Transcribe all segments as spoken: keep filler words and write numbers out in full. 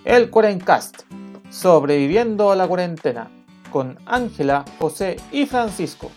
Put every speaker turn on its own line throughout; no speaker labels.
El Cuarencast, sobreviviendo a la cuarentena, con Ángela, José y Francisco.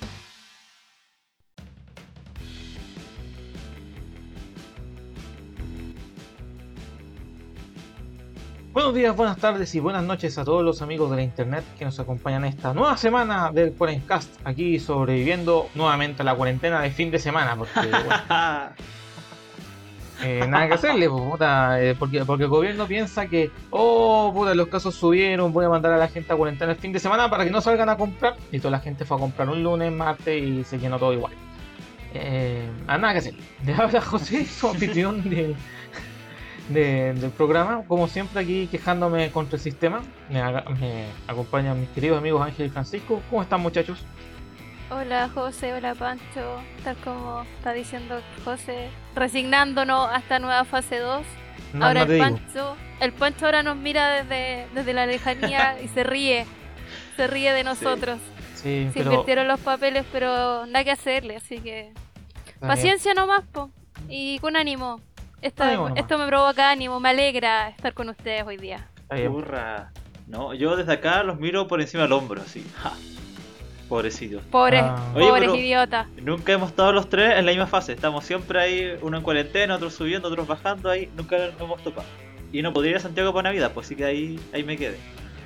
Buenos días, buenas tardes y buenas noches a todos los amigos de la internet que nos acompañan esta nueva semana del Cuarencast, aquí sobreviviendo nuevamente a la cuarentena de fin de semana, porque bueno, eh, nada que hacerle, pues, puta, eh, porque, porque el gobierno piensa que, oh, puta, los casos subieron, voy a mandar a la gente a cuarentena el fin de semana para que no salgan a comprar, y toda la gente fue a comprar un lunes, martes y se llenó todo igual. Eh, a nada que hacer. Le habla José, su anfitrión de... De, del programa, como siempre aquí quejándome contra el sistema. Me, me acompañan mis queridos amigos Ángel y Francisco. ¿Cómo están, muchachos?
Hola José, hola Pancho, tal como está diciendo José, resignándonos a esta nueva fase dos.
No,
ahora
no
el
te
Pancho,
digo.
el Pancho ahora nos mira desde, desde la lejanía y se ríe, se ríe de nosotros.
Sí,
Se
pero
invirtieron los papeles, pero nada que hacerle, así que
está
paciencia nomás, po, y con ánimo. Esto,
Ánimo nomás.
esto me provoca ánimo, me alegra estar con ustedes hoy día.
Está bien.
Burra. No, yo desde acá los miro por encima del hombro, así. Ja. Pobrecitos.
Pobres,
Ah.
Oye,
pobres
pero-
idiotas.
Nunca hemos estado los tres en la misma fase. Estamos siempre ahí, uno en cuarentena, otros subiendo, otros bajando ahí. Nunca nos hemos topado. Y no podría ir a Santiago para Navidad, pues sí que ahí, ahí me quedé.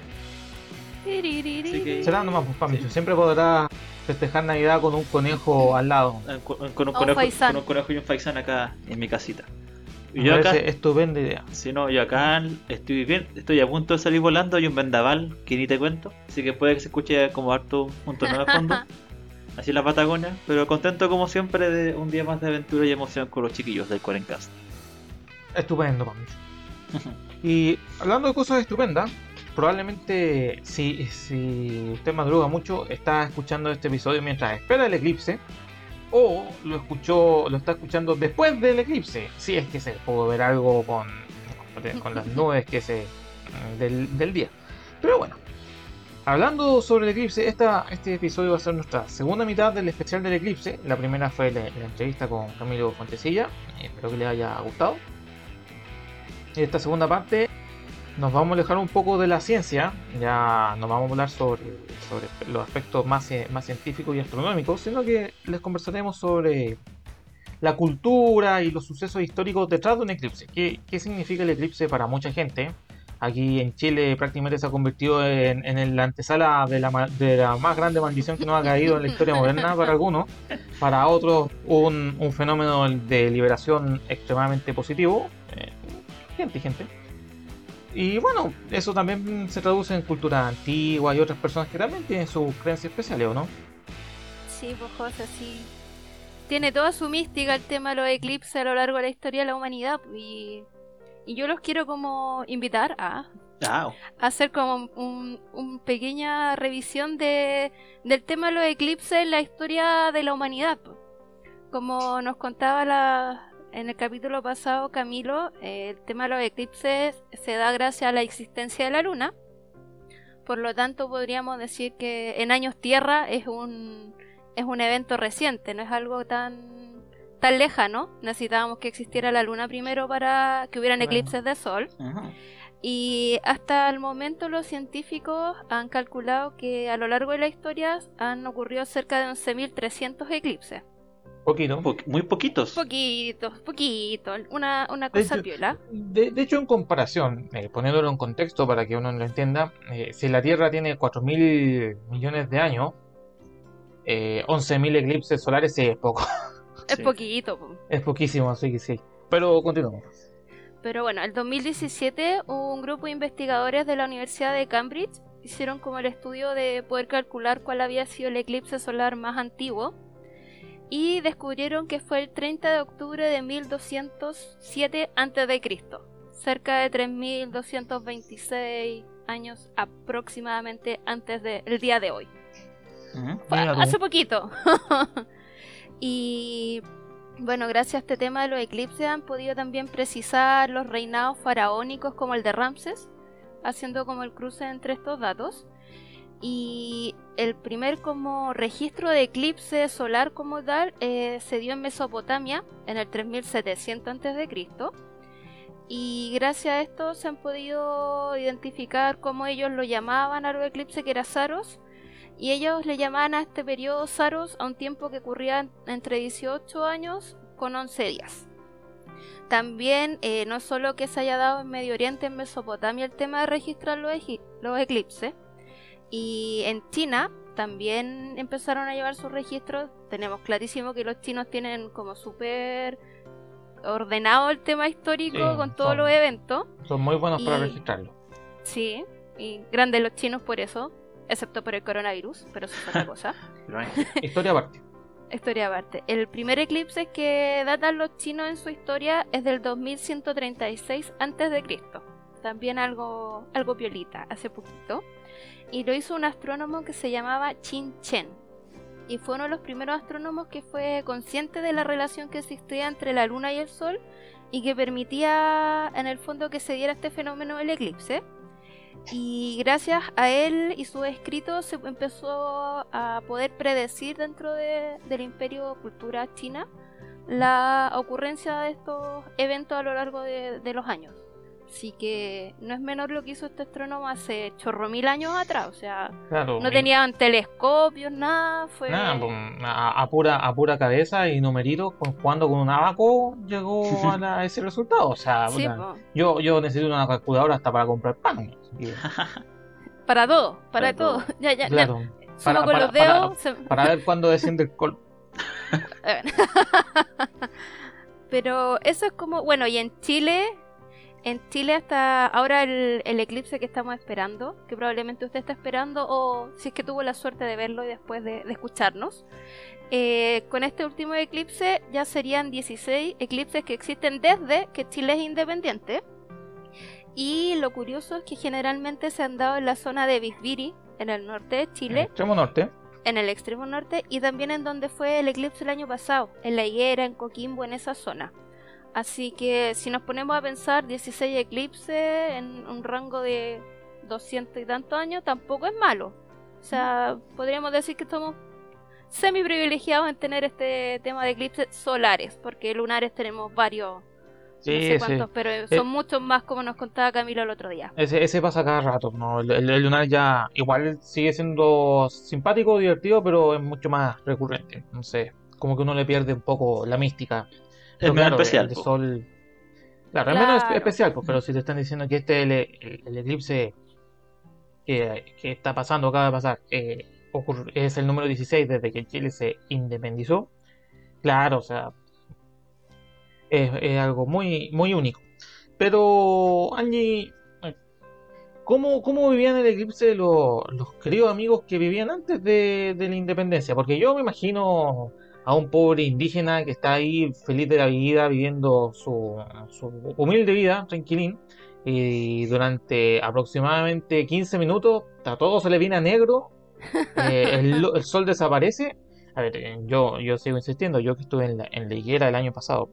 Así que-
Será nomás, pues, Pamicho.
Sí.
Siempre podrá festejar Navidad con un conejo al lado.
Eh, Con, con un
Un
conejo,
faisán.
con un conejo y un faisán acá en mi casita. Y
Me
yo acá,
parece estupenda idea.
si no, yo acá estoy bien, estoy a punto de salir volando. Hay un vendaval que ni te cuento. Así que puede que se escuche como harto un tono de fondo. Así en la Patagonia. Pero contento como siempre de un día más de aventura y emoción con los chiquillos del Cuarencast.
Estupendo, Pamicho. Y hablando de cosas estupendas, probablemente si, si usted madruga mucho, está escuchando este episodio mientras espera el eclipse, o lo escuchó, lo está escuchando después del eclipse, si es que se pudo ver algo con, con las nubes que se del, del día. Pero bueno, hablando sobre el eclipse, esta, este episodio va a ser nuestra segunda mitad del especial del eclipse. La primera fue la, la entrevista con Camilo Fontecilla, espero que les haya gustado. En esta segunda parte nos vamos a alejar un poco de la ciencia, ya no vamos a hablar sobre, sobre los aspectos más, más científicos y astronómicos, sino que les conversaremos sobre la cultura y los sucesos históricos detrás de un eclipse. ¿Qué, qué significa el eclipse para mucha gente? Aquí en Chile prácticamente se ha convertido en, en la antesala de la, ma- de la más grande maldición que nos ha caído en la historia moderna para algunos, para otros un, un fenómeno de liberación extremadamente positivo. Eh, gente y gente. Y bueno, eso también se traduce en cultura antigua y otras personas que también tienen sus creencias especiales, ¿o no?
Sí, pues José, sí. Tiene toda su mística el tema de los eclipses a lo largo de la historia de la humanidad. Y, y yo los quiero como invitar a,
Ah,
a hacer como un, un pequeña revisión de, del tema de los eclipses en la historia de la humanidad. Po. Como nos contaba la, en el capítulo pasado Camilo, eh, el tema de los eclipses se da gracias a la existencia de la luna. Por lo tanto, podríamos decir que en años tierra es un, es un evento reciente, no es algo tan, tan lejano. Necesitábamos que existiera la luna primero para que hubieran
Bueno.
eclipses de sol.
ajá.
Y hasta el momento los científicos han calculado que a lo largo de la historia han ocurrido cerca de once mil trescientos eclipses.
Poquito.
Po- muy poquitos.
Poquitos, poquito, una, una
De
cosa
hecho,
piola.
de, de hecho, en comparación, eh, poniéndolo en contexto para que uno lo entienda, eh, si la Tierra tiene cuatro mil millones de años, eh, once mil eclipses solares sí, es poco,
Es
Sí.
poquito. Po.
es poquísimo, así que sí. Pero continuamos.
Pero bueno, el dos mil diecisiete un grupo de investigadores de la Universidad de Cambridge hicieron como el estudio de poder calcular cuál había sido el eclipse solar más antiguo y descubrieron que fue el treinta de octubre de mil doscientos siete antes de Cristo, cerca de tres mil doscientos veintiséis años aproximadamente antes del día de hoy.
Ujú.
Fue
Mira tú.
hace poquito. Y bueno, gracias a este tema de los eclipses han podido también precisar los reinados faraónicos como el de Ramses, haciendo como el cruce entre estos datos. Y el primer como registro de eclipse solar como tal eh, se dio en Mesopotamia en el tres mil setecientos antes de Cristo. Y gracias a esto se han podido identificar cómo ellos lo llamaban a los eclipses, que era Saros, y ellos le llamaban a este periodo Saros a un tiempo que ocurría entre dieciocho años con once días. También eh, no solo que se haya dado en Medio Oriente, en Mesopotamia, el tema de registrar los, los eclipses, y en China también empezaron a llevar sus registros. Tenemos clarísimo que los chinos tienen como súper ordenado el tema histórico, sí, con todos son, los eventos.
Son muy buenos
y,
para registrarlo.
Sí, y grandes los chinos por eso, excepto por el coronavirus, pero eso es otra cosa.
Historia aparte.
Historia aparte. El primer eclipse que datan los chinos en su historia es del dos mil ciento treinta y seis antes de Cristo. También algo, algo piolita, hace poquito. Y lo hizo un astrónomo que se llamaba Qin Chen. Y fue uno de los primeros astrónomos que fue consciente de la relación que existía entre la luna y el sol y que permitía en el fondo que se diera este fenómeno del eclipse. Y gracias a él y sus escritos se empezó a poder predecir dentro de, del imperio cultura china la ocurrencia de estos eventos a lo largo de, de los años. Así que no es menor lo que hizo este astrónomo hace chorro mil años atrás. O sea, claro, no tenían telescopios, nada. Fue
nada, pues, a, a, pura, a pura cabeza y numeritos, jugando con un abaco, llegó a, la, a ese resultado. O sea,
sí,
una, yo, yo necesito una calculadora hasta para comprar pan. Que...
para todo, para, para todo. todo. Ya, ya,
claro.
ya.
Para,
con
para,
los dedos.
Para, se... para ver cuándo desciende el col.
Pero eso es como, bueno, y en Chile... En Chile hasta ahora el, el eclipse que estamos esperando, que probablemente usted está esperando, o si es que tuvo la suerte de verlo y después de, de escucharnos, eh, con este último eclipse ya serían dieciséis eclipses que existen desde que Chile es independiente. Y lo curioso es que generalmente se han dado en la zona de Bisbiri, en el norte de Chile.
En el extremo norte.
En el extremo norte, y también en donde fue el eclipse el año pasado, en La Higuera, en Coquimbo, en esa zona. Así que si nos ponemos a pensar, dieciséis eclipses en un rango de doscientos y tantos años tampoco es malo. O sea, podríamos decir que estamos semi privilegiados en tener este tema de eclipses solares, porque lunares tenemos varios, sí, no sé cuántos, sí. Pero son eh, muchos más, como nos contaba Camilo el otro día.
Ese, ese pasa cada rato, ¿no? El, el, el lunar ya igual sigue siendo simpático, divertido, pero es mucho más recurrente. No sé, como que uno le pierde un poco la mística.
Es menos claro, especial.
El, el sol... Claro, es
claro.
menos especial, pues, pero si te están diciendo que este el, el, el eclipse que, que está pasando, acaba de pasar, eh, ocurre, es el número dieciséis desde que Chile se independizó, claro, o sea, es, es algo muy, muy único. Pero, Angie, ¿cómo, cómo vivían el eclipse los, los queridos amigos que vivían antes de, de la independencia? Porque yo me imagino a un pobre indígena que está ahí feliz de la vida, viviendo su, su humilde vida, tranquilín, y durante aproximadamente quince minutos a todo se le viene a negro, eh, el, el sol desaparece. A ver, yo, yo sigo insistiendo, yo que estuve en la, en la higuera el año pasado,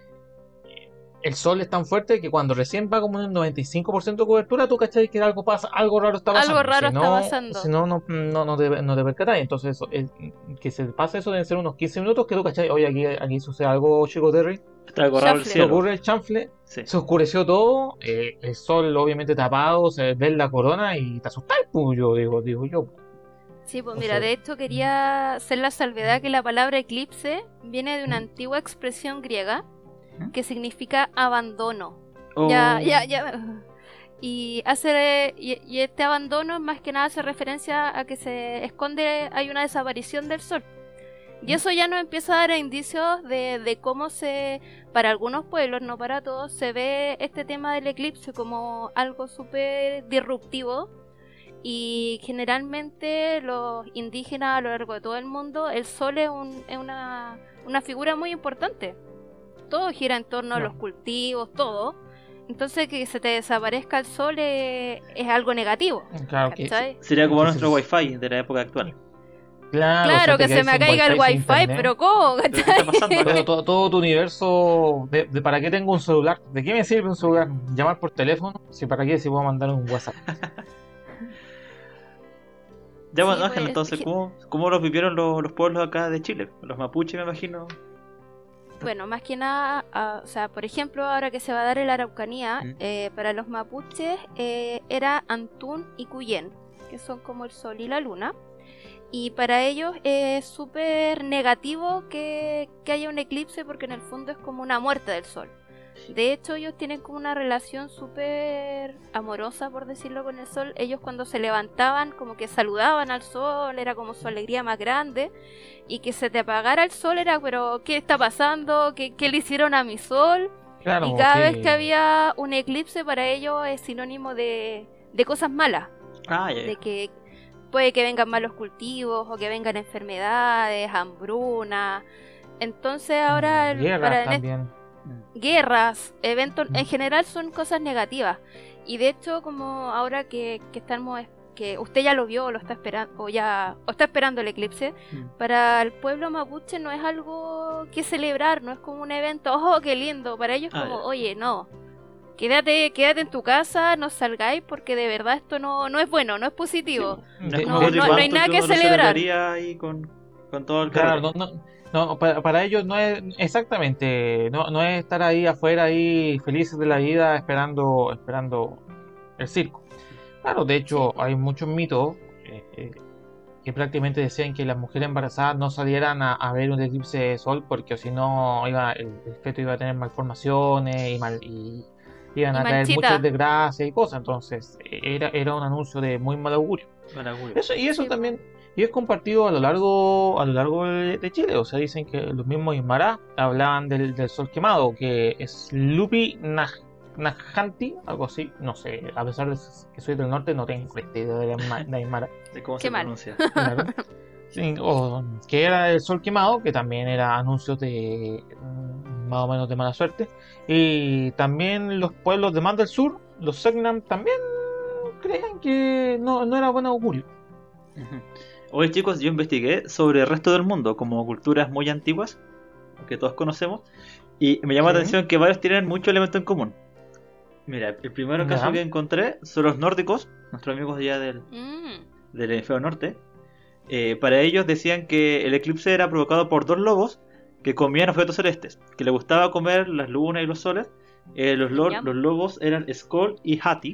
el sol es tan fuerte que cuando recién va como en un noventa y cinco por ciento de cobertura, tú cachai que algo pasa, algo raro está pasando.
Algo raro
si no,
está pasando.
Si no, no, no, no te, no te percatas. Entonces, eso, el, que se pasa eso deben ser unos quince minutos que tú cachai, oye, aquí, aquí sucede algo, chico Terry.
Está algo raro el cielo.
Se ocurre el chanfle, sí. Se oscureció todo, eh, el sol obviamente tapado, se ve la corona y te asustas, pues, yo digo, digo yo.
Sí, pues mira, o sea, de hecho quería hacer la salvedad que la palabra eclipse viene de una ¿Mm? antigua expresión griega que significa abandono. Oh. Ya, ya, ya. Y hace y, y este abandono más que nada hace referencia a que se esconde, hay una desaparición del sol. Y eso ya nos empieza a dar indicios de, de cómo se, para algunos pueblos, no para todos, se ve este tema del eclipse como algo súper disruptivo. Y generalmente los indígenas a lo largo de todo el mundo, el sol es, un, es una, una figura muy importante. Todo gira en torno a los cultivos, todo. Entonces que se te desaparezca el sol es, es algo negativo.
Claro que sí.
Sería como nuestro wifi de la época actual.
Claro, claro, o sea, que se me caiga el wifi, pero ¿cómo?
¿Qué está pasando?
Pero todo, todo tu universo, de, de ¿para qué tengo un celular? ¿De qué me sirve un celular? ¿Llamar por teléfono? Si para qué, si puedo mandar un WhatsApp.
Ya, bueno, sí, Ángel, pues, entonces, ¿cómo, ¿cómo los vivieron los, los pueblos acá de Chile? Los mapuches, me imagino.
Bueno, más que nada, ah, o sea, por ejemplo, ahora que se va a dar en la Araucanía,
¿Mm?
eh, para los mapuches eh, era Antún y Cuyén, que son como el sol y la luna. Y para ellos es súper negativo que, que haya un eclipse porque en el fondo es como una muerte del sol. De hecho, ellos tienen como una relación súper amorosa, por decirlo, con el sol. Ellos cuando se levantaban como que saludaban al sol, era como su alegría más grande. Y que se te apagara el sol era, pero ¿qué está pasando? ¿Qué, qué le hicieron a mi sol?
Claro,
Y cada
que-
vez que había un eclipse para ellos es sinónimo de, de cosas malas.
Ah, ya,
De
ya.
que puede que vengan malos cultivos o que vengan enfermedades, hambruna. Entonces ahora el-
guerras
para en
también.
guerras, eventos,
Mm.
en general son cosas negativas. Y de hecho, como ahora que, que estamos, que usted ya lo vio o lo está esperando, o ya, o está esperando el eclipse,
Mm.
para el pueblo mapuche no es algo que celebrar, no es como un evento, oh, qué lindo. Para ellos
Ah,
como,
ya.
oye, no, quédate, quédate en tu casa, no salgáis porque de verdad esto no, no es bueno, no es positivo.
No
De-
es como
de
otro
no-
hecho-
no hay
evento
nada que
uno lo
celebrar.
celebraría ahí con, con todo el
Claro,
carrete.
no, no, no, para, para ellos no es exactamente, no, no es estar ahí afuera ahí felices de la vida esperando, esperando el circo. Claro, de hecho
Sí.
hay muchos mitos eh, eh, que prácticamente decían que las mujeres embarazadas no salieran a, a ver un eclipse de sol porque si no iba, el, el feto iba a tener malformaciones y, mal, y iban
Y
a caer
manchita.
muchas desgracias y cosas. Entonces eh, era, era un anuncio de muy mal augurio.
Buen augurio.
Eso, y eso
Sí, po.
también y es compartido a lo largo a lo largo de, de Chile. O sea, dicen que los mismos Aymara hablaban del, del sol quemado, que es Lupi Naj- Najanti, algo así. No sé, a pesar de que soy del norte, no tengo idea de, la- de Aymara.
De cómo
Qué
se
mal.
pronuncia.
Claro. Sí, o, que era el sol quemado, que también era anuncios de mm, más o menos de mala suerte. Y también los pueblos de más del sur, los Selknam, también creían que no, no era buen augurio.
Ujú. Hoy, chicos, yo investigué sobre el resto del mundo, como culturas muy antiguas, que todos conocemos, y me llama
Sí.
la atención que varios tienen mucho elemento en común. Mira, el primer
Ya.
caso que encontré son los nórdicos, nuestros amigos allá del,
Mm.
del hemisferio norte. Eh, para ellos decían que el eclipse era provocado por dos lobos que comían objetos celestes, que les gustaba comer las lunas y los soles. Eh, los, lo-
Yum.
los lobos eran Skoll y Hati.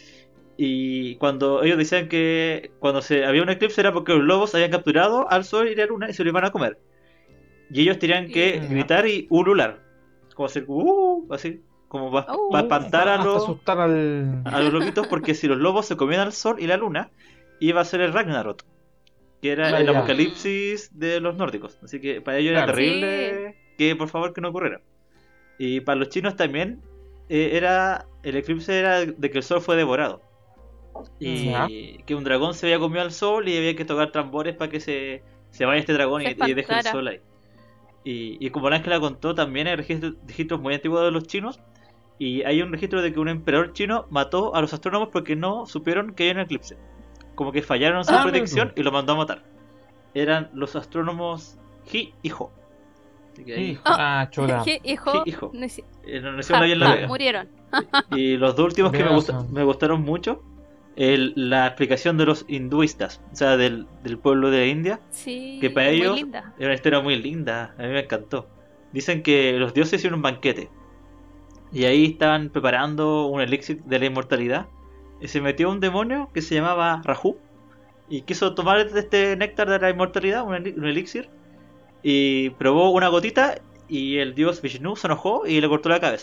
Y cuando ellos decían que cuando se había un eclipse era porque los lobos habían capturado al sol y la luna y se lo iban a comer. Y ellos tenían que
Ya.
gritar y ulular, como hacer uh, así, como para
Uh.
espantar a
Hasta
los,
asustar al.
a los lobitos, porque si los lobos se comían al sol y la luna, iba a ser el Ragnarok, que era
Ah,
el
ya.
apocalipsis de los nórdicos. Así que para ellos era
Claro.
terrible que por favor que no ocurriera. Y para los chinos también eh, era el eclipse era de que el sol fue devorado. Y
Ya.
que un dragón se había comido al sol y había que tocar tambores para que se, se vaya este dragón
Se
y, y deje el
espantara.
sol ahí. Y, y como Ángela contó, también hay registros, registros muy antiguos de los chinos. Y hay un registro de que un emperador chino mató a los astrónomos porque no supieron que había un eclipse. Como que fallaron en su
Ah, mira
predicción
tú.
y lo mandó a matar. Eran los astrónomos Ji y Jo. Así que ahí,
Hijo, ah, chora.
Je- Hijo,
Sí, hijo.
no hici-
eh, nos nacieron
ja,
ahí en la
ja,
Vega.
murieron.
Y los dos últimos que me,
Tienes
gusta-
razón.
me gustaron mucho, el- la explicación de los hinduistas, o sea, del, del pueblo de la India,
Sí,
que para
muy
ellos
linda.
era una historia muy linda, a mí me encantó. Dicen que los dioses hicieron un banquete y ahí estaban preparando un elixir de la inmortalidad y se metió un demonio que se llamaba Rahu y quiso tomar de este néctar de la inmortalidad, un, eli- un elixir, y probó una gotita y el dios Vishnu se enojó y le cortó la cabeza.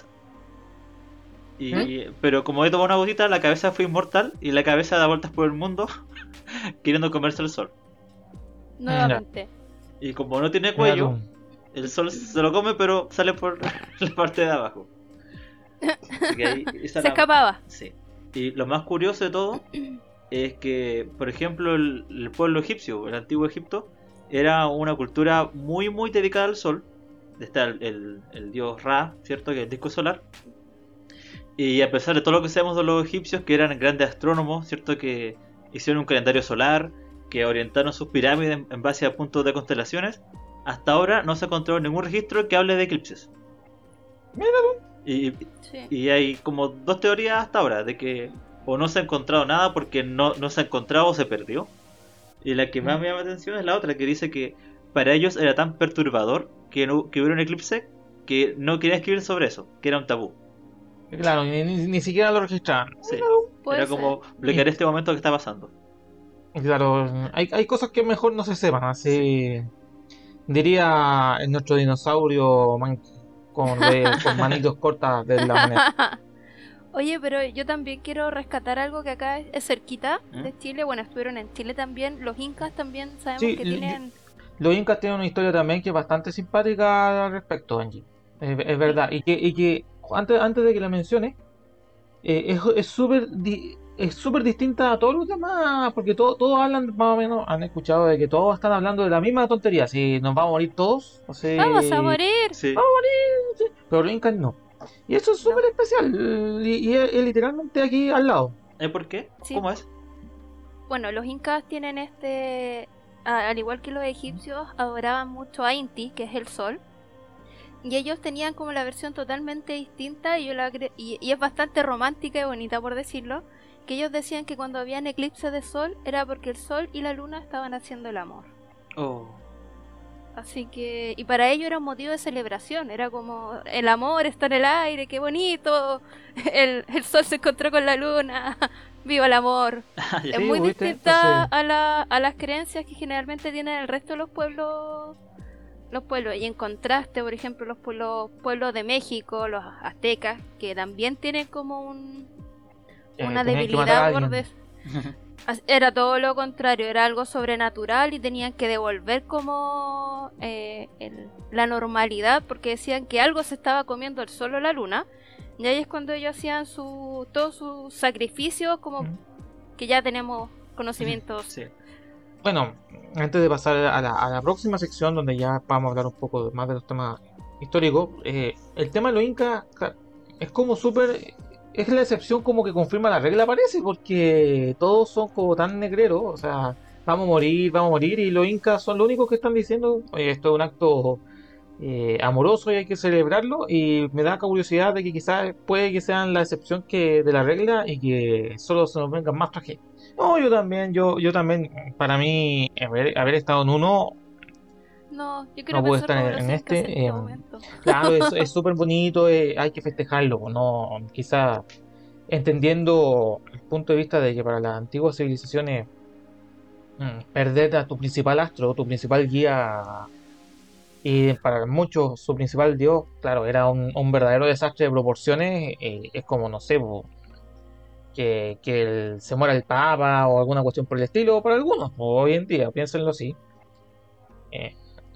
Y, Pero como he tomado una gotita, la cabeza fue inmortal y la cabeza da vueltas por el mundo queriendo comerse el sol.
Nuevamente.
Y como no tiene
Mira
cuello,
tú.
el sol se lo come pero sale por la parte de abajo. Así que ahí, esa
Se
la-
escapaba.
Sí. Y lo más curioso de todo es que, por ejemplo, el, el pueblo egipcio, el antiguo Egipto, era una cultura muy muy dedicada al sol. Está el, el- el dios Ra, ¿cierto? Que es el disco solar. Y a pesar de todo lo que sabemos de los egipcios, que eran grandes astrónomos, ¿cierto? Que hicieron un calendario solar, que orientaron sus pirámides en, en base a puntos de constelaciones, hasta ahora no se ha encontrado ningún registro que hable de eclipses.
Mira
Y,
Sí.
y hay como dos teorías hasta ahora, de que o no se ha encontrado nada porque no, no se ha encontrado o se perdió. Y la que más me llama la atención es la otra, que dice que para ellos era tan perturbador que, no, que hubiera un eclipse que no quería escribir sobre eso, que era un tabú.
Claro, ni, ni, ni siquiera lo registraban.
Sí.
Puede
Era
ser.
como bloquear este momento que está pasando.
Claro, hay, hay cosas que mejor no se sepan, así diría nuestro dinosaurio man- con, de- con manitos cortas de la manera.
Oye, pero yo también quiero rescatar algo que acá es, es cerquita
¿Mm?
de Chile. Bueno, estuvieron en Chile también. Los incas también sabemos
Sí,
que
l-
tienen...
Los incas tienen una historia también que es bastante simpática al respecto, Angie. Es, es verdad. Y que, y que antes, antes de que la mencione, eh, es es súper di- es súper distinta a todos los demás, porque todo- todos hablan, más o menos, han escuchado de que todos están hablando de la misma tontería, si nos vamos a morir todos, o
¡Vamos a
sea,
morir!
Sí.
vamos a morir, sí, pero los incas no. Y eso es
No.
súper especial, y, y es, es literalmente aquí al lado.
¿Eh, por qué?
Sí.
¿Cómo es?
Bueno, los incas tienen este... a- al igual que los egipcios, adoraban mucho a Inti, que es el sol. Y ellos tenían como la versión totalmente distinta y, yo la cre- y, y es bastante romántica y bonita por decirlo, que ellos decían que cuando habían eclipses de sol era porque el sol y la luna estaban haciendo el amor.
Oh.
Así que, y para ellos era un motivo de celebración, era como el amor está en el aire, qué bonito, el, el sol se encontró con la luna, viva el amor.
Ya.
Es
Sí,
muy
¿viste?
distinta
Entonces-
a, la, a las creencias que generalmente tienen el resto de los pueblos, los pueblos. Y en contraste, por ejemplo, los pueblos, pueblos de México, los aztecas, que también tienen como un,
Eh,
una
tenían que matar a
debilidad por
alguien.
des- As- Era todo lo contrario, era algo sobrenatural y tenían que devolver como eh, el- la normalidad porque decían que algo se estaba comiendo el sol o la luna. Y ahí es cuando ellos hacían su, todos sus sacrificios, como
Mm.
que ya tenemos conocimientos.
Sí.
Bueno, antes de pasar a la, a la próxima sección, donde ya vamos a hablar un poco más de los temas históricos, eh, el tema de los incas claro, es como súper. Es la excepción como que confirma la regla, parece, porque todos son como tan negreros, o sea, vamos a morir, vamos a morir, y los incas son los únicos que están diciendo, oye, esto es un acto eh, amoroso y hay que celebrarlo, y me da curiosidad de que quizás puede que sean la excepción que de la regla y que solo se nos vengan más tragedias. No, yo también, yo, yo también, para mí, haber, haber estado en uno,
No, yo quiero
no pude
pensar
estar
como
en,
los
en
incas
este.
en este
eh,
momento.
claro, es es súper bonito, eh, hay que festejarlo, pues, no, quizás entendiendo el punto de vista de que para las antiguas civilizaciones mm, perder a tu principal astro, tu principal guía, y para muchos su principal dios, claro, era un, un verdadero desastre de proporciones, eh, es como, no sé, po, que, que el- se muera el papa o alguna cuestión por el estilo, para algunos, hoy en día, piénsenlo así. Eh,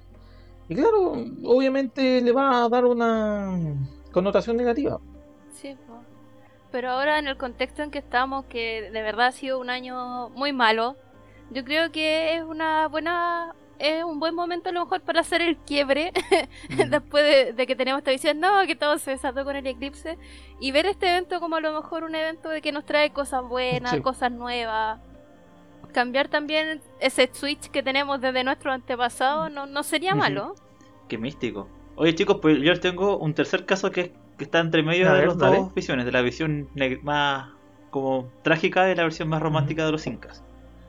y claro, obviamente le va a dar una connotación negativa.
Sí, po. Pero ahora en el contexto en que estamos, que de verdad ha sido un año muy malo, yo creo que es una buena, es un buen momento a lo mejor para hacer el quiebre
Mm.
después de, de que tenemos esta visión, no, que todo se desató con el eclipse, y ver este evento como a lo mejor un evento de que nos trae cosas buenas,
Sí.
cosas nuevas. Cambiar también ese switch que tenemos desde nuestros antepasados no, no sería
Ujú.
malo.
Qué místico. Oye, chicos, pues yo les tengo un tercer caso que, que está entre medio
A
de
ver,
las
dale.
dos visiones, de la visión neg- más como trágica y la versión más romántica de los incas.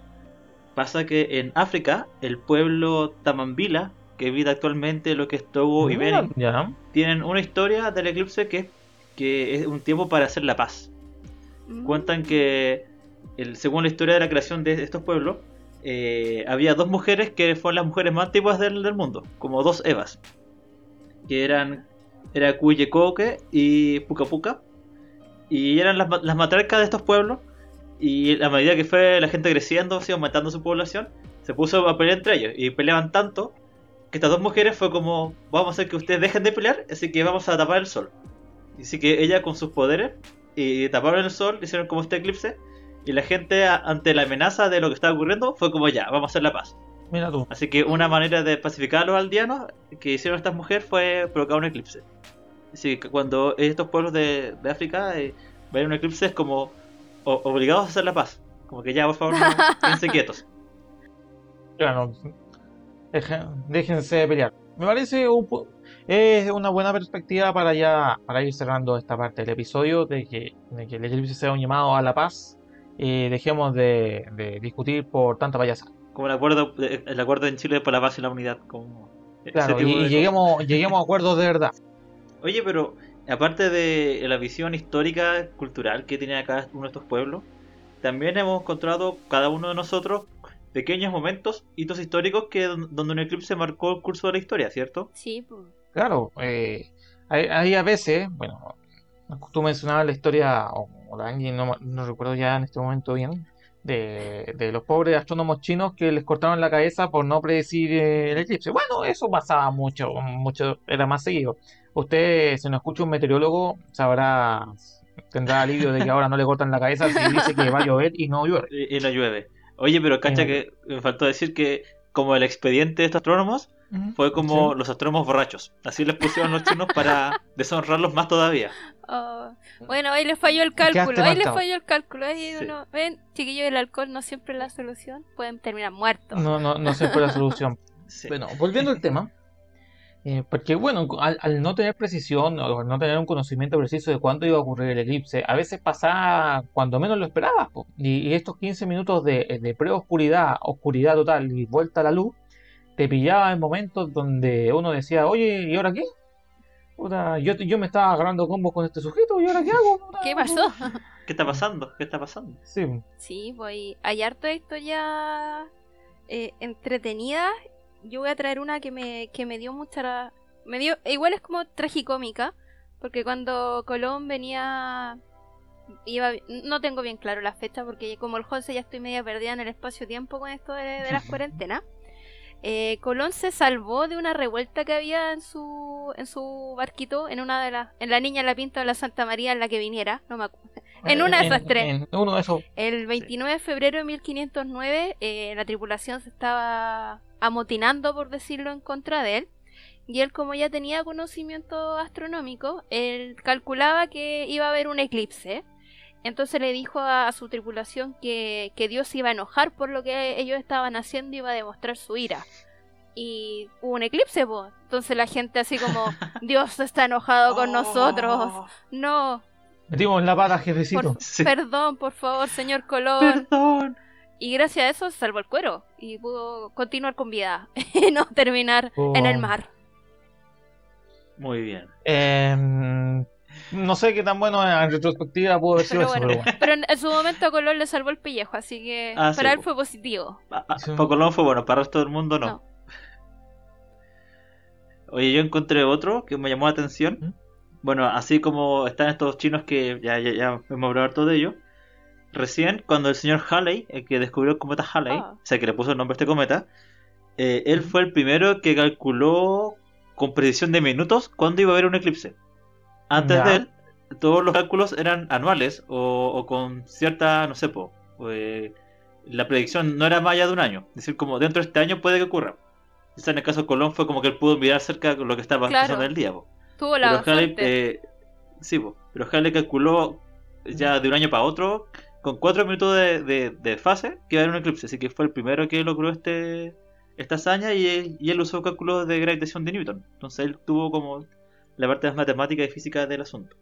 Pasa que en África, el pueblo Tamambila, que vive actualmente lo que es Togo y Benin,
Ya.
tienen una historia del eclipse que, que es un tiempo para hacer la paz.
Mm.
Cuentan que, el, según la historia de la creación de estos pueblos, eh, había dos mujeres que fueron las mujeres más antiguas del, del mundo, como dos Evas, que eran era Cuyecoque y Puca Puca, y eran las, ma- las matriarcas de estos pueblos. Y a medida que fue la gente creciendo, se iba aumentando su población, se puso a pelear entre ellos, y peleaban tanto que estas dos mujeres fue como, vamos a hacer que ustedes dejen de pelear, así que vamos a tapar el sol. Así que ella con sus poderes y taparon el sol, hicieron como este eclipse, y la gente a- ante la amenaza de lo que estaba ocurriendo fue como ya, vamos a hacer la paz.
Mira tú.
Así que una manera de pacificar a los aldeanos que hicieron estas mujeres fue provocar un eclipse. Así que cuando estos pueblos de, de África eh, ven un eclipse es como o- obligados a hacer la paz. Como que ya, por favor, no, quédense quietos.
Claro, deje- déjense de pelear. Me parece un pu- es una buena perspectiva para ya para ir cerrando esta parte del episodio de que, de que el eclipse sea un llamado a la paz y dejemos de, de discutir por tanta payasada.
Como el acuerdo, el acuerdo en Chile por la paz y la unidad. Como ese
Claro, y,
tipo
y
de cosas.
lleguemos, lleguemos a acuerdos de verdad.
Oye, pero aparte de la visión histórica, cultural que tiene cada uno de estos pueblos, también hemos encontrado cada uno de nosotros pequeños momentos, hitos históricos que donde un eclipse marcó el curso de la historia, ¿cierto?
Sí, pues.
Claro, eh, hay, hay a veces, bueno, tú mencionabas la historia, o, o la Angie, no, no recuerdo ya en este momento bien, de, de los pobres astrónomos chinos que les cortaron la cabeza por no predecir eh, el eclipse. Bueno, eso pasaba mucho, mucho, era más seguido. Usted, si no escucha un meteorólogo, sabrá, tendrá alivio de que ahora no le cortan la cabeza si dice que va a llover y no llueve.
Y, y no llueve. Oye, pero
Y
cacha
no llueve.
que me faltó decir que como el expediente de estos astrónomos
Ujú.
fue como
Sí.
los astrónomos borrachos. Así les pusieron los chinos para deshonrarlos más todavía.
Oh, bueno, ahí les falló el
Quedaste
cálculo, ahí les
marcado.
falló el cálculo. Ahí
Sí.
uno, ven, chiquillos, el alcohol no siempre es la solución. Pueden terminar muertos.
No, no, no siempre la solución.
Sí.
Bueno, volviendo al tema, eh, porque bueno, al, al no tener precisión o al no tener un conocimiento preciso de cuándo iba a ocurrir el eclipse, a veces pasaba cuando menos lo esperabas, po. Y, y estos quince minutos de, de pre-oscuridad, oscuridad total y vuelta a la luz, te pillaba en momentos donde uno decía, oye, ¿y ahora qué? Puta, yo, yo me estaba agarrando combos con este sujeto, ¿y ahora qué hago? Puta,
¿Qué pasó?
¿Qué está pasando? ¿Qué está pasando?
Sí,
Sí, pues hay harto historias eh, entretenidas. Yo voy a traer una que me, que me dio mucha... Me dio, igual es como tragicómica, porque cuando Colón venía... Iba, no tengo bien claro la fecha, porque como el José ya estoy media perdida en el espacio-tiempo con esto de, de las cuarentenas. Eh, Colón se salvó de una revuelta que había en su en su barquito, en una de las, en la Niña la Pinta o la Santa María en la que viniera, no me acuerdo. En una de esas tres.
En uno de esos.
El veintinueve de febrero de mil quinientos nueve, eh, la tripulación se estaba amotinando, por decirlo, en contra de él. Y él, como ya tenía conocimiento astronómico, él calculaba que iba a haber un eclipse. Entonces le dijo a, a su tripulación que, que Dios se iba a enojar por lo que ellos estaban haciendo y iba a demostrar su ira. Y hubo un eclipse, pues. Entonces la gente así como, Dios está enojado con nosotros. No,
Metimos la pata, jefecito.
por,
Sí.
perdón, por favor, señor Colón.
Perdón.
Y gracias a eso se salvó el cuero y pudo continuar con vida y no terminar
Oh.
en el mar.
Muy bien.
Eh, no sé qué tan bueno en retrospectiva pudo haber sido
Pero
eso,
bueno,
pero bueno.
pero en, en su momento a Colón le salvó el pellejo, así que
Ah, sí,
para él
po.
fue positivo.
Ah, ah,
Sí.
para Colón fue bueno, para el resto del mundo no.
No.
Oye, yo encontré otro que me llamó la atención.
¿Mm?
Bueno, así como están estos chinos que ya, ya, ya hemos hablado harto de ellos. Recién, cuando el señor Halley, el que descubrió el cometa Halley,
Ah.
o sea, que le puso el nombre a este cometa, eh, él fue el primero que calculó con precisión de minutos cuándo iba a haber un eclipse. Antes
Ya.
de él, todos los cálculos eran anuales o, o con cierta, no sé, po, eh, la predicción no era más allá de un año. Es decir, como dentro de este año puede que ocurra. O sea, en el caso de Colón fue como que él pudo mirar cerca de lo que estaba
Claro.
pasando en el día. Po.
Tuvo la
Pero Halley,
suerte.
eh, sí, po, pero Halley calculó ya de un año para otro con cuatro minutos de, de, de fase que iba a haber un eclipse. Así que fue el primero que logró este esta hazaña y él, y él usó cálculos de gravitación de Newton. Entonces él tuvo como la parte más matemática y física del asunto.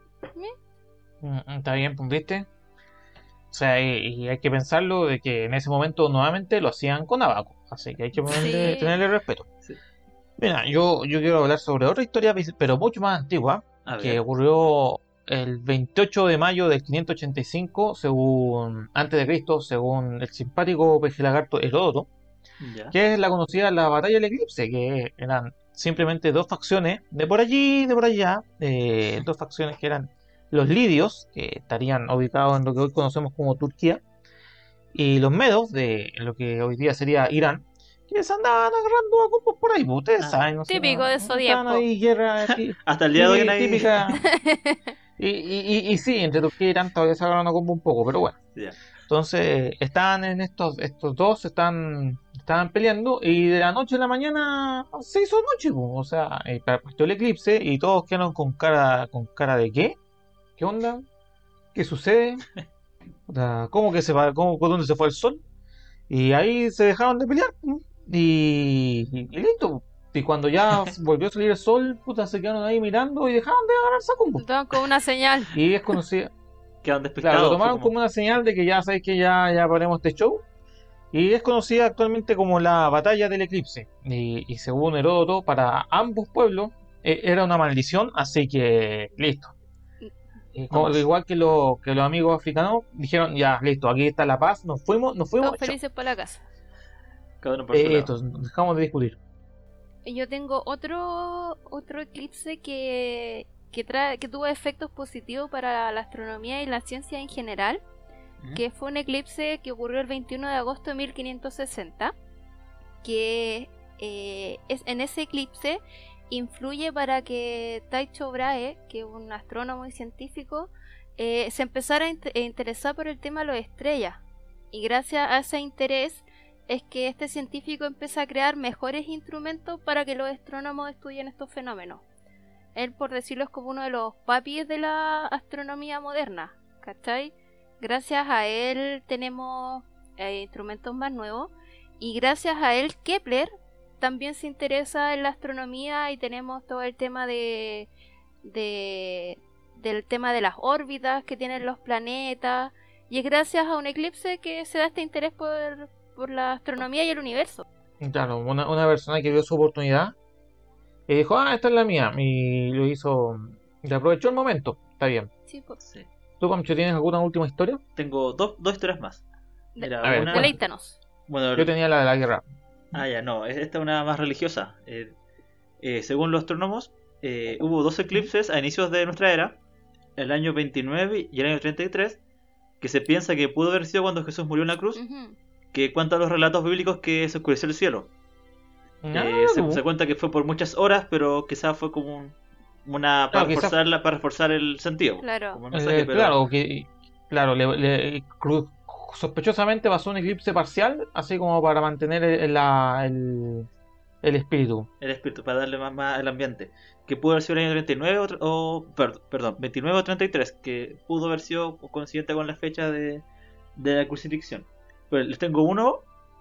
Mm, Está bien, pues, ¿viste? O sea, y, y hay que pensarlo de que en ese momento nuevamente lo hacían con abaco. Así que hay que ponerle-
Sí.
tenerle respeto.
Sí.
Mira, yo, yo quiero hablar sobre otra historia, pero mucho más antigua,
A
que
ver.
ocurrió el veintiocho de mayo del quinientos ochenta y cinco, según antes de Cristo, según el simpático peje lagarto Heródoto,
Ya.
que es la conocida la batalla del eclipse, que eran simplemente dos facciones de por allí y de por allá, eh, dos facciones que eran los lidios, que estarían ubicados en lo que hoy conocemos como Turquía, y los medos, de lo que hoy día sería Irán, que se andaban agarrando a combos por ahí, pues, ustedes
Ah,
saben, no sé,
típico
no-
de
no
esos
estaban
tiempos.
ahí guerra tí-
Hasta el día de hoy
tí-
nadie...
típica. Y, y, y, y sí, entre Turquía y Irán todavía se agarran a combo un poco, pero bueno.
Ya.
Entonces, estaban en estos, estos dos, están, estaban peleando y de la noche a la mañana se hizo noche, pues. O sea, eh, partió el eclipse y todos quedaron con cara, con cara de ¿qué? ¿Qué onda? ¿Qué sucede? O sea, ¿cómo que se va, cómo, por dónde se fue el sol? Y ahí se dejaron de pelear, ¿no? y, y, y listo. Y cuando ya volvió a salir el sol, puta, se quedaron ahí mirando y dejaron de agarrarse a combo.
Toman con una señal.
Y es conocida.
Quedan despistados.
Claro, lo
fue
tomaron
como-
como una señal de que ya sabéis que ya, ya paremos este show. Y es conocida actualmente como la batalla del eclipse. Y, y según Heródoto, para ambos pueblos, eh, era una maldición, así que listo. Eh, como-
Vamos.
igual que, lo, que los amigos africanos dijeron, ya, listo, aquí está la paz, nos fuimos, nos fuimos,
Todos
chao.
felices por la casa.
Cada uno por su
Eh,
lado.
esto, dejamos de discutir.
Yo tengo otro otro eclipse que que, trae, que tuvo efectos positivos para la astronomía y la ciencia en general,
Ujú.
que fue un eclipse que ocurrió el veintiuno de agosto de mil quinientos sesenta, que eh, es, en ese eclipse influye para que Tycho Brahe, que es un astrónomo y científico, eh, se empezara a int- a interesar por el tema de las estrellas. Y gracias a ese interés es que este científico empieza a crear mejores instrumentos para que los astrónomos estudien estos fenómenos. Él, por decirlo, es como uno de los papis de la astronomía moderna, ¿cachai? Gracias a él tenemos eh, instrumentos más nuevos, y gracias a él Kepler también se interesa en la astronomía, y tenemos todo el tema de, de del tema de las órbitas que tienen los planetas, y es gracias a un eclipse que se da este interés por, por la astronomía y el universo.
Claro, una, una persona que vio su oportunidad y dijo, ah, esta es la mía, y lo hizo, y aprovechó el momento, está bien.
Sí, pues.
Sí.
¿Tú, Pancho, tienes alguna última historia?
Tengo dos, dos historias más.
De-
Mira,
A ver,
una.
cuenta.
Deleítanos.
Bueno,
Yo tenía la de la guerra.
ah, ya, no, es- esta es una más religiosa. Eh, eh, según los astrónomos, eh, hubo dos eclipses a inicios de nuestra era, el año veintinueve y el año treinta y tres, que se piensa que pudo haber sido cuando Jesús murió en la cruz,
Ujú.
que cuentan los relatos bíblicos que se oscureció el cielo.
Ah,
Eh, se,
no.
se cuenta que fue por muchas horas, pero quizás fue como un- una para
Claro, quizás-
reforzar, la- para reforzar el sentido.
Claro.
Como un
Eh,
mensaje, pero-
Claro, que claro, le, le- cru- sospechosamente pasó un eclipse parcial, así como para mantener el, la- el, el espíritu.
el espíritu, para darle más, más al ambiente. Que pudo haber sido el año treinta y nueve o, tr- o per- perdón, veintinueve o treinta y tres, que pudo haber sido coincidente con la fecha de, de la crucifixión. Pero les tengo uno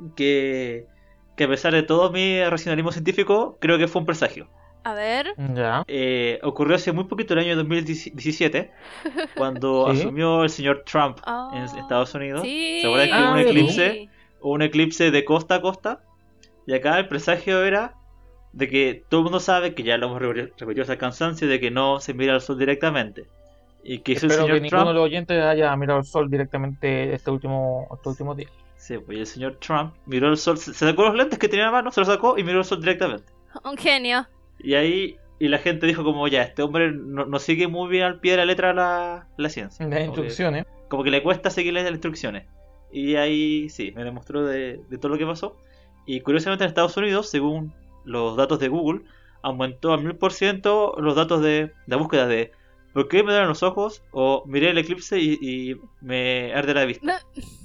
que, que a pesar de todo mi racionalismo científico, creo que fue un presagio.
A ver.
Ya.
Eh, ocurrió hace muy poquito, el año dos mil diecisiete, cuando
Sí.
asumió el señor Trump
Ah,
en Estados Unidos.
sí.
¿Se acuerdan que
Ah,
hubo un
sí.
eclipse? Hubo un eclipse de costa a costa. Y acá el presagio era de que todo el mundo sabe, que ya lo hemos repetido repetido hasta el cansancio, de que no se mira al sol directamente. Y que hizo el
Espero que
señor
ninguno de
Trump.
los oyentes haya mirado el sol directamente este último, estos últimos días.
Sí, pues y el señor Trump miró el sol, se se sacó los lentes que tenía en la mano, se los sacó y miró el sol directamente.
Un genio.
Y ahí, y la gente dijo como, ya, este hombre no, no sigue muy bien al pie de la letra la, la ciencia.
Las
Como que-
instrucciones.
Como que le cuesta seguir las instrucciones. Y ahí sí, me demostró de, de todo lo que pasó. Y curiosamente en Estados Unidos, según los datos de Google, aumentó al mil por ciento los datos de la búsqueda de ¿por qué me duelen los ojos? O miré el eclipse y, y me arde la vista.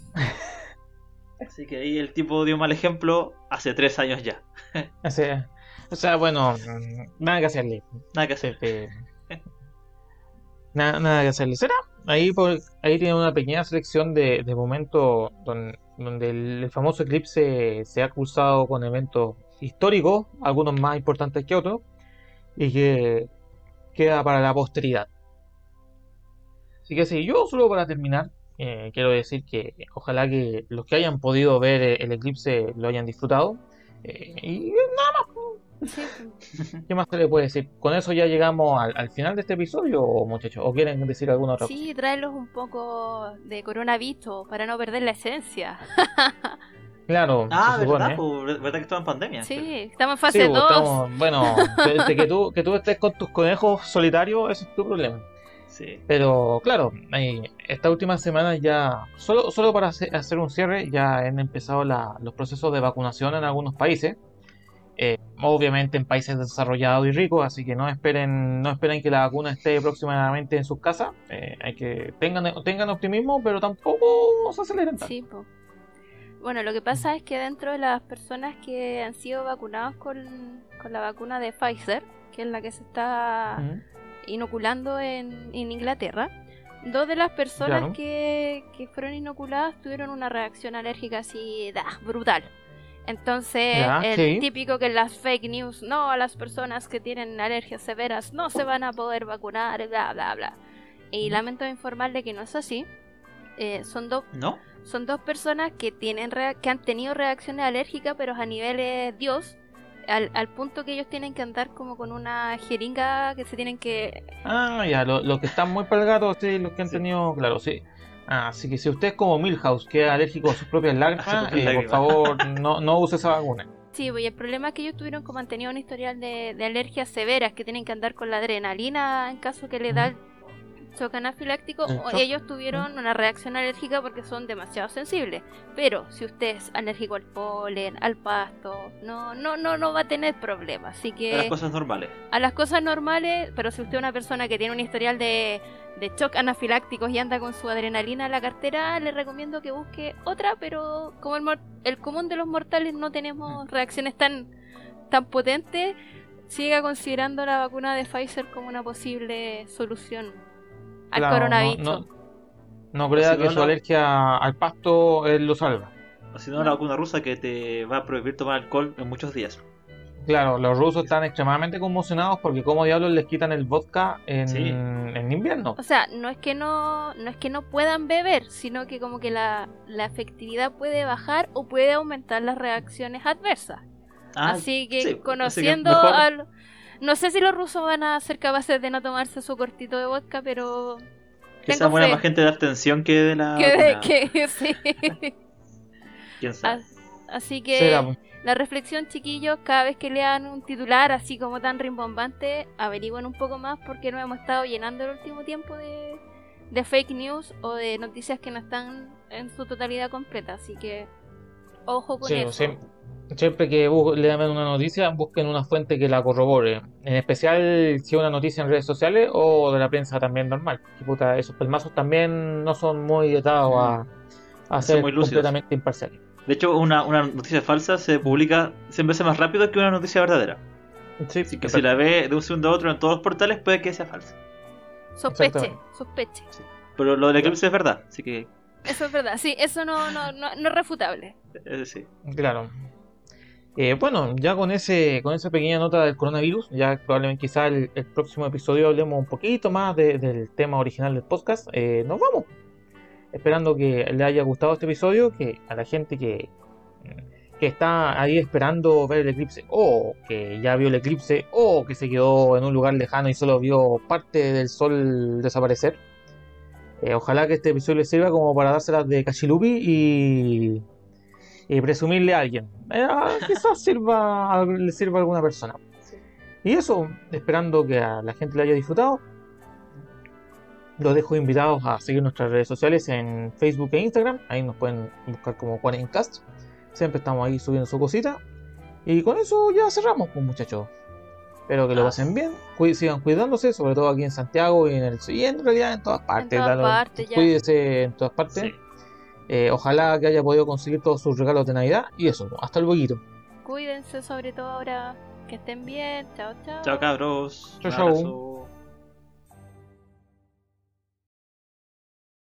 Así que ahí el tipo dio mal ejemplo hace tres años ya.
O sea, o sea, bueno, mm, nada que hacerle.
Nada que hacer.
Eh, nada, nada que hacerle. ¿Será? Ahí, por, ahí tiene una pequeña selección de, de momentos don- donde el, el famoso eclipse se ha cruzado con eventos históricos, algunos más importantes que otros, y que queda para la posteridad. Así que sí, yo solo para terminar, eh, quiero decir que ojalá que los que hayan podido ver eh, el eclipse lo hayan disfrutado. Eh, y
Sí, pues.
¿qué más se le puede decir? ¿Con eso ya llegamos al, al final de este episodio, muchachos? ¿O quieren decir alguna otra cosa?
Sí, tráelos un poco de coronavirus para no perder la esencia.
Claro,
Ah,
se supone.
¿verdad? Pues, ¿verdad que estaba en pandemia?
Sí, estamos en
Sí,
fase
pues,
dos.
estamos- bueno, desde que tú, que tú estés con tus conejos solitarios, ese es tu problema.
Sí.
Pero claro, ahí, esta última semana ya, solo, solo para hacer, hacer un cierre, ya han empezado la- los procesos de vacunación en algunos países. Eh, obviamente en países desarrollados y ricos, así que no esperen, no esperen que la vacuna esté próximamente en sus casas. Eh, hay que tengan, tengan optimismo, pero tampoco se aceleren tanto.
Sí, po. Bueno, lo que pasa es que dentro de las personas que han sido vacunados con, con la vacuna de Pfizer, que es la que se está
Ujú.
inoculando en, en Inglaterra, dos de las personas
Claro.
que, que fueron inoculadas tuvieron una reacción alérgica así da, brutal. Entonces,
Ya,
el
sí.
típico que en las fake news, no, a las personas que tienen alergias severas no se van a poder vacunar, bla, bla, bla. Y
Ujú.
lamento informarle que no es así. Eh, son dos
¿No?
son dos personas que tienen rea- que han tenido reacciones alérgicas, pero a niveles Dios. al, al punto que ellos tienen que andar como con una jeringa que se tienen que...
Ah, ya, los lo que están muy para el gato, sí, los que han
Sí.
tenido, claro, sí. Ah, así que si usted es como Milhouse, que es alérgico a sus propias lágrimas,
A sus propias
eh, por
lágrimas.
favor, no, no use esa vacuna.
Sí, pues y el problema es que ellos tuvieron como han tenido un historial de, de alergias severas que tienen que andar con la adrenalina en caso que le da el shock anafiláctico,
El
o
shock.
ellos tuvieron una reacción alérgica porque son demasiado sensibles. Pero si usted es alérgico al polen, al pasto, no, no, no, no va a tener problemas. Así que
A las cosas normales.
a las cosas normales, pero si usted es una persona que tiene un historial de, de shock anafilácticos y anda con su adrenalina en la cartera, le recomiendo que busque otra, pero como el, mor- el común de los mortales no tenemos reacciones tan, tan potentes, siga considerando la vacuna de Pfizer como una posible solución al
Claro,
coronavirus.
no, no, no crea
O si
que
no,
su
la-
alergia al pasto eh, lo salva.
O si no,
No.
la vacuna rusa que te va a prohibir tomar alcohol en muchos días.
Claro, los rusos están extremadamente conmocionados porque como diablos les quitan el vodka en,
Sí.
en invierno.
O sea, no es que no, no es que no puedan beber, sino que como que la, la efectividad puede bajar o puede aumentar las reacciones adversas.
Ah,
Así que
sí, así que
conociendo
mejor-
al... No sé si los rusos van a ser capaces de no tomarse su cortito de vodka, pero...
Que
tengo
sea buena
fe.
más gente de abstención que de la
Que,
vacuna.
que sí.
¿Quién sabe?
As- Así que
Será, pues.
la reflexión, chiquillos, cada vez que lean un titular así como tan rimbombante, averigüen un poco más porque nos hemos estado llenando el último tiempo de, de fake news o de noticias que no están en su totalidad completa. Así que ojo con
Sí,
eso.
siempre, siempre que bu- le dan una noticia, busquen una fuente que la corrobore. En especial si es una noticia en redes sociales o de la prensa también normal. Que puta, esos pelmazos también no son muy datados a, a
Son
ser
muy lúcidos.
completamente imparciales.
De hecho, una, una noticia falsa se publica cien veces más rápido que una noticia verdadera.
Sí,
Así que si la ve de un segundo a otro en todos los portales, puede que sea falsa.
Sospeche,
Exactamente.
sospeche.
Pero lo del eclipse es verdad, así que
Eso es verdad, sí, eso no, no, no, no es refutable.
eh, sí.
Claro. Eh, bueno, ya con ese con esa pequeña nota del coronavirus, ya probablemente quizá el, el próximo episodio hablemos un poquito más de- del tema original del podcast. Eh, nos vamos. Esperando que le haya gustado este episodio, que a la gente que, que está ahí esperando ver el eclipse, o que ya vio el eclipse, o que se quedó en un lugar lejano y solo vio parte del sol desaparecer. Eh, ojalá que este episodio les sirva como para dárselas de cachilupi y, y presumirle a alguien. Eh, quizás sirva, le sirva a alguna persona. Y eso, esperando que a la gente le haya disfrutado. Los dejo invitados a seguir nuestras redes sociales en Facebook e Instagram. Ahí nos pueden buscar como Quarencast. Siempre estamos ahí subiendo su cosita. Y con eso ya cerramos, pues muchachos. Espero que lo pasen bien. Cuí- sigan cuidándose, sobre todo aquí en Santiago y en el y en realidad en todas partes.
todas
dalo-
partes, ya.
Cuídese en todas partes.
Sí.
Eh, ojalá que haya podido conseguir todos sus regalos de Navidad. Y eso, hasta luego.
Cuídense sobre todo ahora, que estén bien, chao, chao.
Chao cabros.
Chao,
Un
chao.
abrazo.